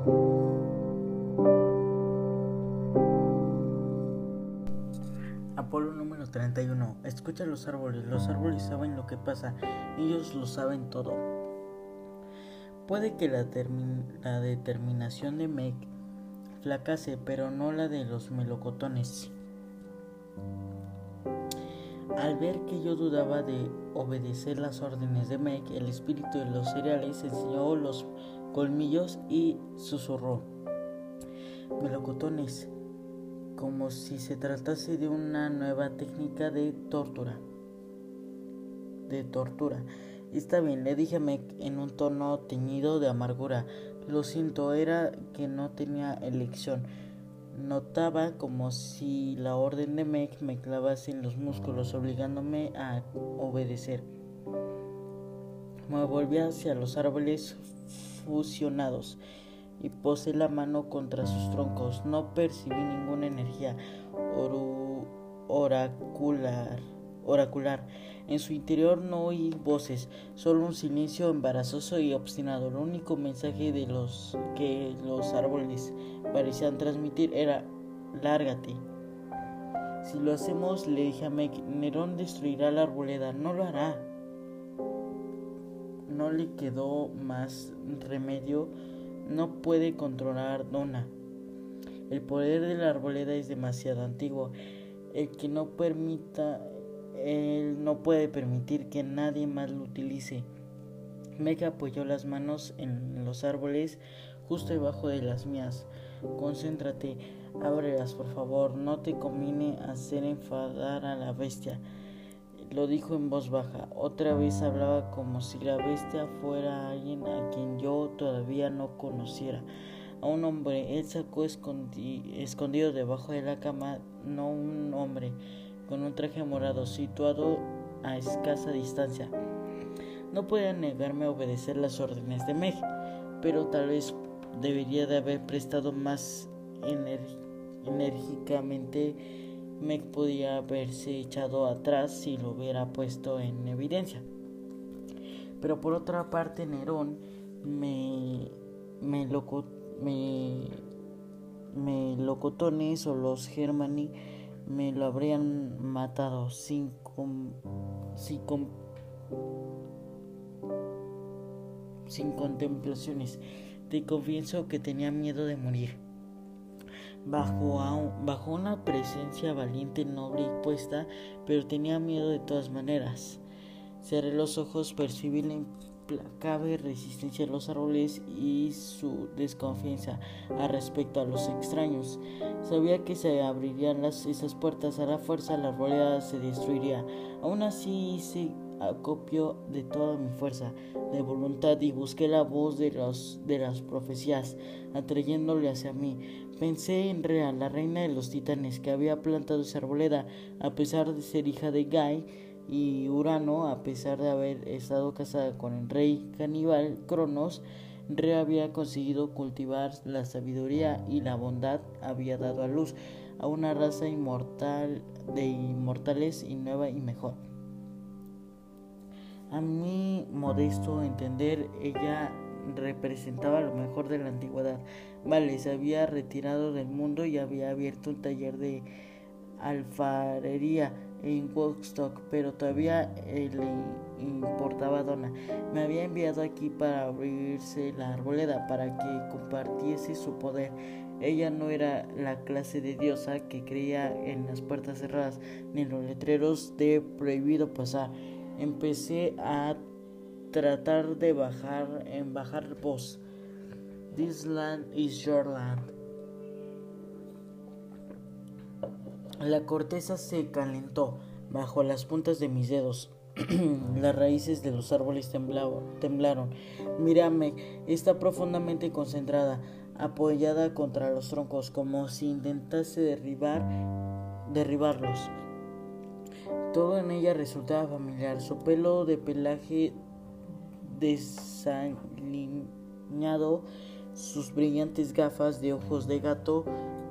Apolo número 31. Escucha los árboles saben lo que pasa, ellos lo saben todo. Puede que la determinación de Meg fracase, pero no la de los melocotones. Al ver que yo dudaba de obedecer las órdenes de Meg, el espíritu de los cereales enseñó los colmillos y susurró: melocotones, como si se tratase de una nueva técnica de tortura. Está bien, le dije a Meg en un tono teñido de amargura. Lo siento, era que no tenía elección. Notaba como si la orden de Meg me clavase en los músculos, obligándome a obedecer. Me volví hacia los árboles fusionados y posé la mano contra sus troncos. No percibí ninguna energía oracular. En su interior no oí voces, solo un silencio embarazoso y obstinado. El único mensaje que los árboles parecían transmitir era: lárgate. Si lo hacemos, le dije a Meg, Nerón destruirá la arboleda. No lo hará. No le quedó más remedio. No puede controlar Dona. El poder de la arboleda es demasiado antiguo. Él no puede permitir que nadie más lo utilice. Meg apoyó las manos en los árboles justo debajo de las mías. Concéntrate, ábrelas por favor, no te conviene hacer enfadar a la bestia. Lo dijo en voz baja. Otra vez hablaba como si la bestia fuera alguien a quien yo todavía no conociera. A un hombre. Él sacó escondido debajo de la cama, no un hombre con un traje morado situado a escasa distancia. No podía negarme a obedecer las órdenes de Meg, pero tal vez debería de haber prestado más enérgicamente. Meg podía haberse echado atrás si lo hubiera puesto en evidencia. Pero por otra parte, Nerón, melocotones o los Germani me lo habrían matado sin contemplaciones. Te confieso que tenía miedo de morir bajo una presencia valiente, noble y puesta, pero tenía miedo de todas maneras. Cerré los ojos, percibí la implacable resistencia de los árboles y su desconfianza respecto a los extraños. Sabía que se abrirían esas puertas a la fuerza, la arboleda se destruiría. Aún así hice acopio de toda mi fuerza de voluntad y busqué la voz de las profecías, atrayéndole hacia mí. Pensé en Rea, la reina de los titanes, que había plantado esa arboleda, a pesar de ser hija de Gai, y Urano, a pesar de haber estado casada con el rey caníbal Cronos. Rea había conseguido cultivar la sabiduría y la bondad, había dado a luz a una raza de inmortales y nueva y mejor. A mi modesto entender, ella representaba lo mejor de la antigüedad. Se había retirado del mundo y había abierto un taller de alfarería en Woodstock, pero todavía le importaba a Donna. Me había enviado aquí para abrirse la arboleda, para que compartiese su poder. Ella no era la clase de diosa que creía en las puertas cerradas ni en los letreros de prohibido pasar. Empecé a tratar de bajar voz. This land is your land. La corteza se calentó bajo las puntas de mis dedos. Las raíces de los árboles temblaron. Mírame, está profundamente concentrada, apoyada contra los troncos, como si intentase derribarlos. Todo en ella resultaba familiar. Su pelo de pelaje desaliñado, sus brillantes gafas de ojos de gato,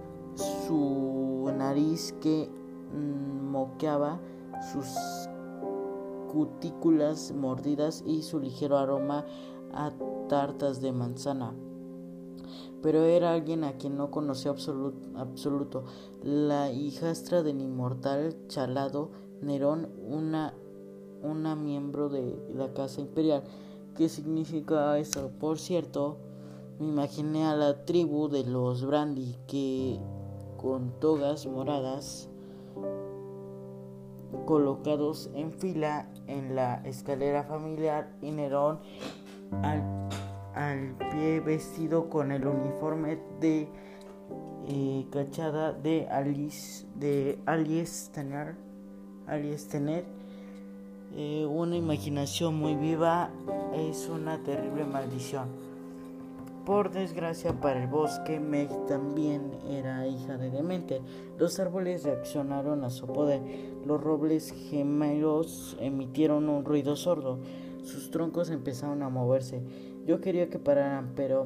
su nariz que moqueaba, sus cutículas mordidas y su ligero aroma a tartas de manzana. pero era alguien a quien no conocía absoluto, la hijastra del inmortal Chalado Nerón, una miembro de la casa imperial. ¿Qué significa eso? Por cierto, me imaginé a la tribu de los Brandi, que con togas moradas colocados en fila en la escalera familiar, y Nerón al pie, vestido con el uniforme de cachada de Alice Tener. Una imaginación muy viva es una terrible maldición. Por desgracia para el bosque, Meg también era hija de Demeter. Los árboles reaccionaron a su poder. Los robles gemelos emitieron un ruido sordo. Sus troncos empezaron a moverse. Yo quería que pararan, pero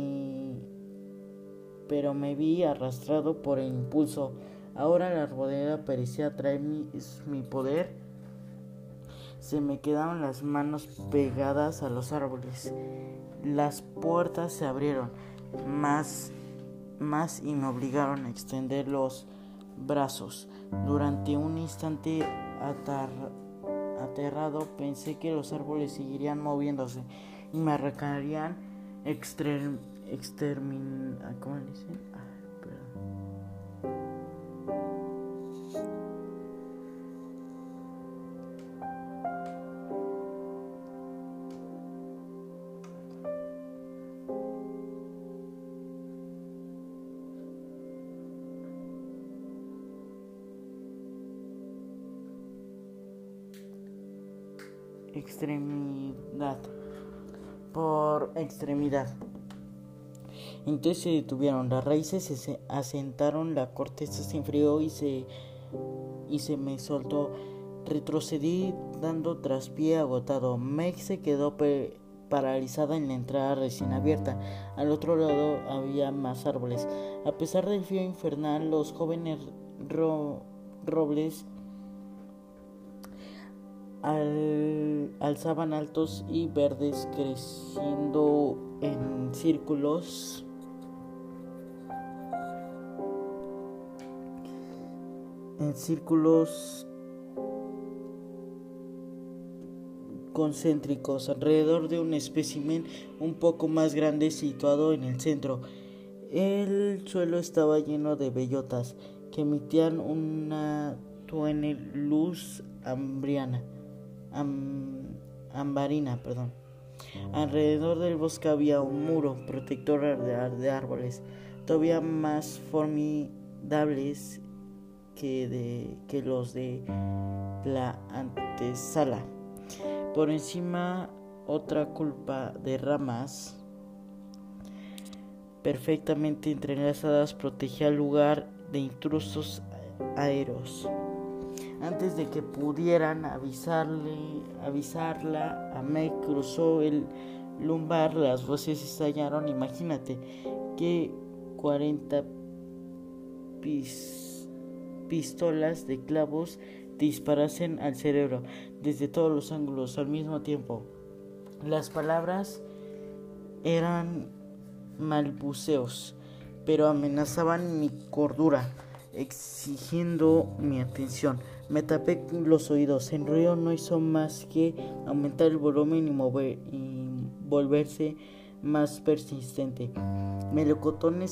me vi arrastrado por el impulso. Ahora la arboleda parecía traer mi poder. Se me quedaron las manos pegadas a los árboles. Las puertas se abrieron más y me obligaron a extender los brazos. Durante un instante aterrado pensé que los árboles seguirían moviéndose y me arrancarían ¿cómo le dicen? Por extremidad. Entonces se detuvieron, las raíces se asentaron, la corteza se enfrió y se me soltó. Retrocedí dando traspié agotado. Meg se quedó paralizada en la entrada recién abierta. Al otro lado había más árboles. A pesar del frío infernal, los jóvenes robles alzaban altos y verdes, creciendo en círculos concéntricos alrededor de un espécimen un poco más grande situado en el centro. El suelo estaba lleno de bellotas que emitían una tenue luz ambarina. Alrededor del bosque había un muro protector de árboles, todavía más formidables que los de la antesala. Por encima, otra culpa de ramas perfectamente entrelazadas protegía el lugar de intrusos aéreos. Antes de que pudieran avisarla, a Meg cruzó el lumbar, las voces estallaron. Imagínate que 40 pistolas de clavos disparasen al cerebro desde todos los ángulos al mismo tiempo. Las palabras eran balbuceos, pero amenazaban mi cordura, exigiendo mi atención. Me tapé los oídos. El ruido no hizo más que aumentar el volumen y volverse más persistente. Melocotones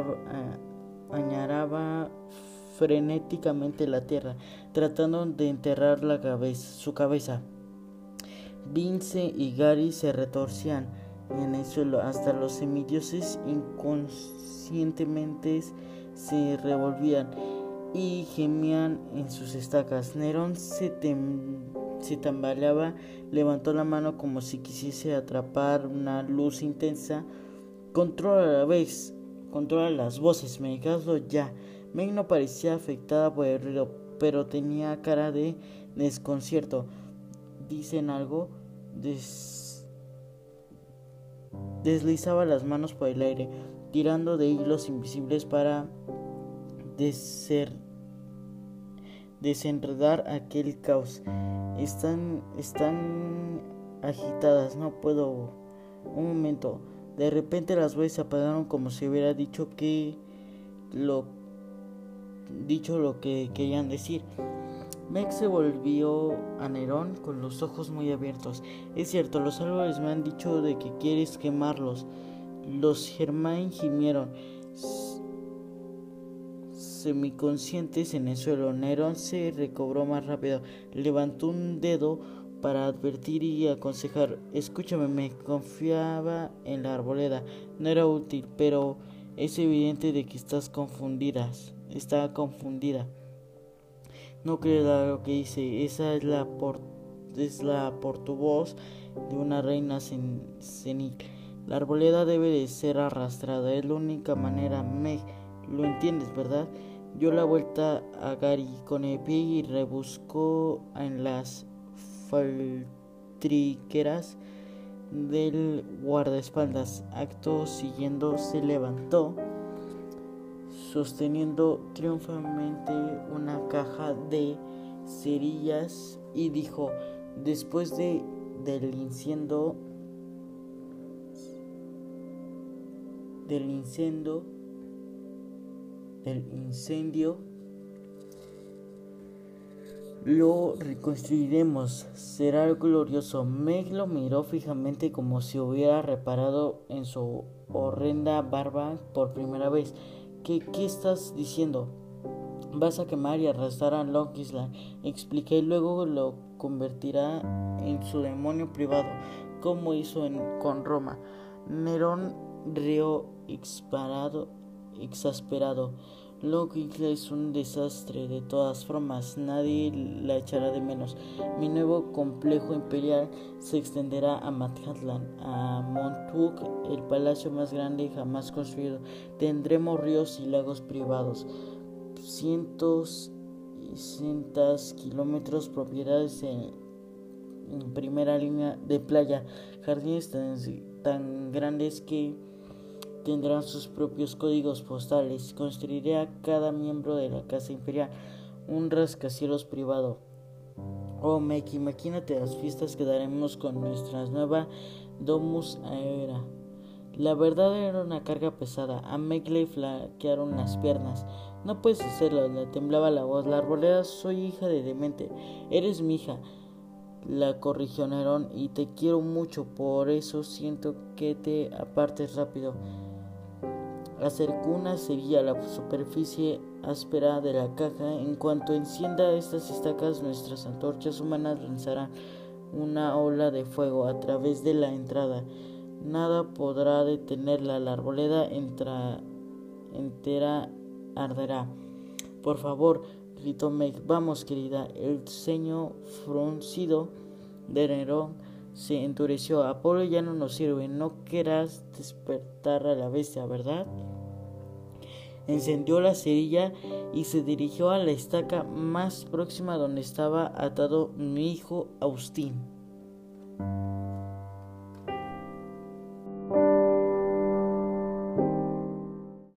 añaraba frenéticamente la tierra, tratando de enterrar su cabeza. Vince y Gary se retorcían en el suelo, hasta los semidioses inconscientemente se revolvían y gemían en sus estacas. Nerón se tambaleaba, levantó la mano como si quisiese atrapar una luz intensa. Controla las voces, me caso ya. Meg no parecía afectada por el ruido, pero tenía cara de desconcierto. ¿Dicen algo? Deslizaba las manos por el aire, tirando de hilos invisibles para desenredar aquel caos. Están agitadas, no puedo. Un momento. De repente las voces se apagaron como si hubiera dicho lo que querían decir. Meg se volvió a Nerón con los ojos muy abiertos. Es cierto, los árboles me han dicho de que quieres quemarlos. Los Germain gimieron, semiconscientes en el suelo. Nerón se recobró más rápido. Levantó un dedo para advertir y aconsejar. Escúchame, me confiaba en la arboleda. No era útil, pero es evidente de que está confundida. No creerá lo que dice. Esa es la portavoz de una reina senil. La arboleda debe de ser arrastrada. Es la única manera. Meg, lo entiendes, ¿verdad? Dio la vuelta a Gary con el pie y rebuscó en las faltriqueras del guardaespaldas. Acto siguiendo se levantó, sosteniendo triunfalmente una caja de cerillas, y dijo: después del incendio, lo reconstruiremos. Será glorioso. Meg lo miró fijamente como si hubiera reparado en su horrenda barba por primera vez. ¿Qué estás diciendo? Vas a quemar y arrastrar a Long Island, expliqué, y luego lo convertirá en su demonio privado, como hizo con Roma. Nerón rió exasperado. Long Island es un desastre de todas formas, nadie la echará de menos. Mi nuevo complejo imperial se extenderá a Manhattan, a Montauk, el palacio más grande jamás construido. Tendremos ríos y lagos privados, cientos kilómetros, propiedades en primera línea de playa, jardines tan grandes que tendrán sus propios códigos postales. Construiré a cada miembro de la casa imperial un rascacielos privado. Oh, Meg, imagínate las fiestas que daremos con nuestra nueva Domus Aera. La verdad era una carga pesada. A Meg le flaquearon las piernas. No puedes hacerlo, le temblaba la voz. La arboleda, soy hija de demente. Eres mi hija, la corrigió Nerón, y te quiero mucho, por eso siento que te apartes rápido. Acercó una cerilla a la superficie áspera de la caja. En cuanto encienda estas estacas, nuestras antorchas humanas lanzarán una ola de fuego a través de la entrada. Nada podrá detenerla. La arboleda entera arderá. Por favor, gritó Meg. Vamos, querida. El ceño fruncido de Nerón se endureció. Apolo ya no nos sirve. No querrás despertar a la bestia, ¿verdad? Encendió la cerilla y se dirigió a la estaca más próxima donde estaba atado mi hijo Austin.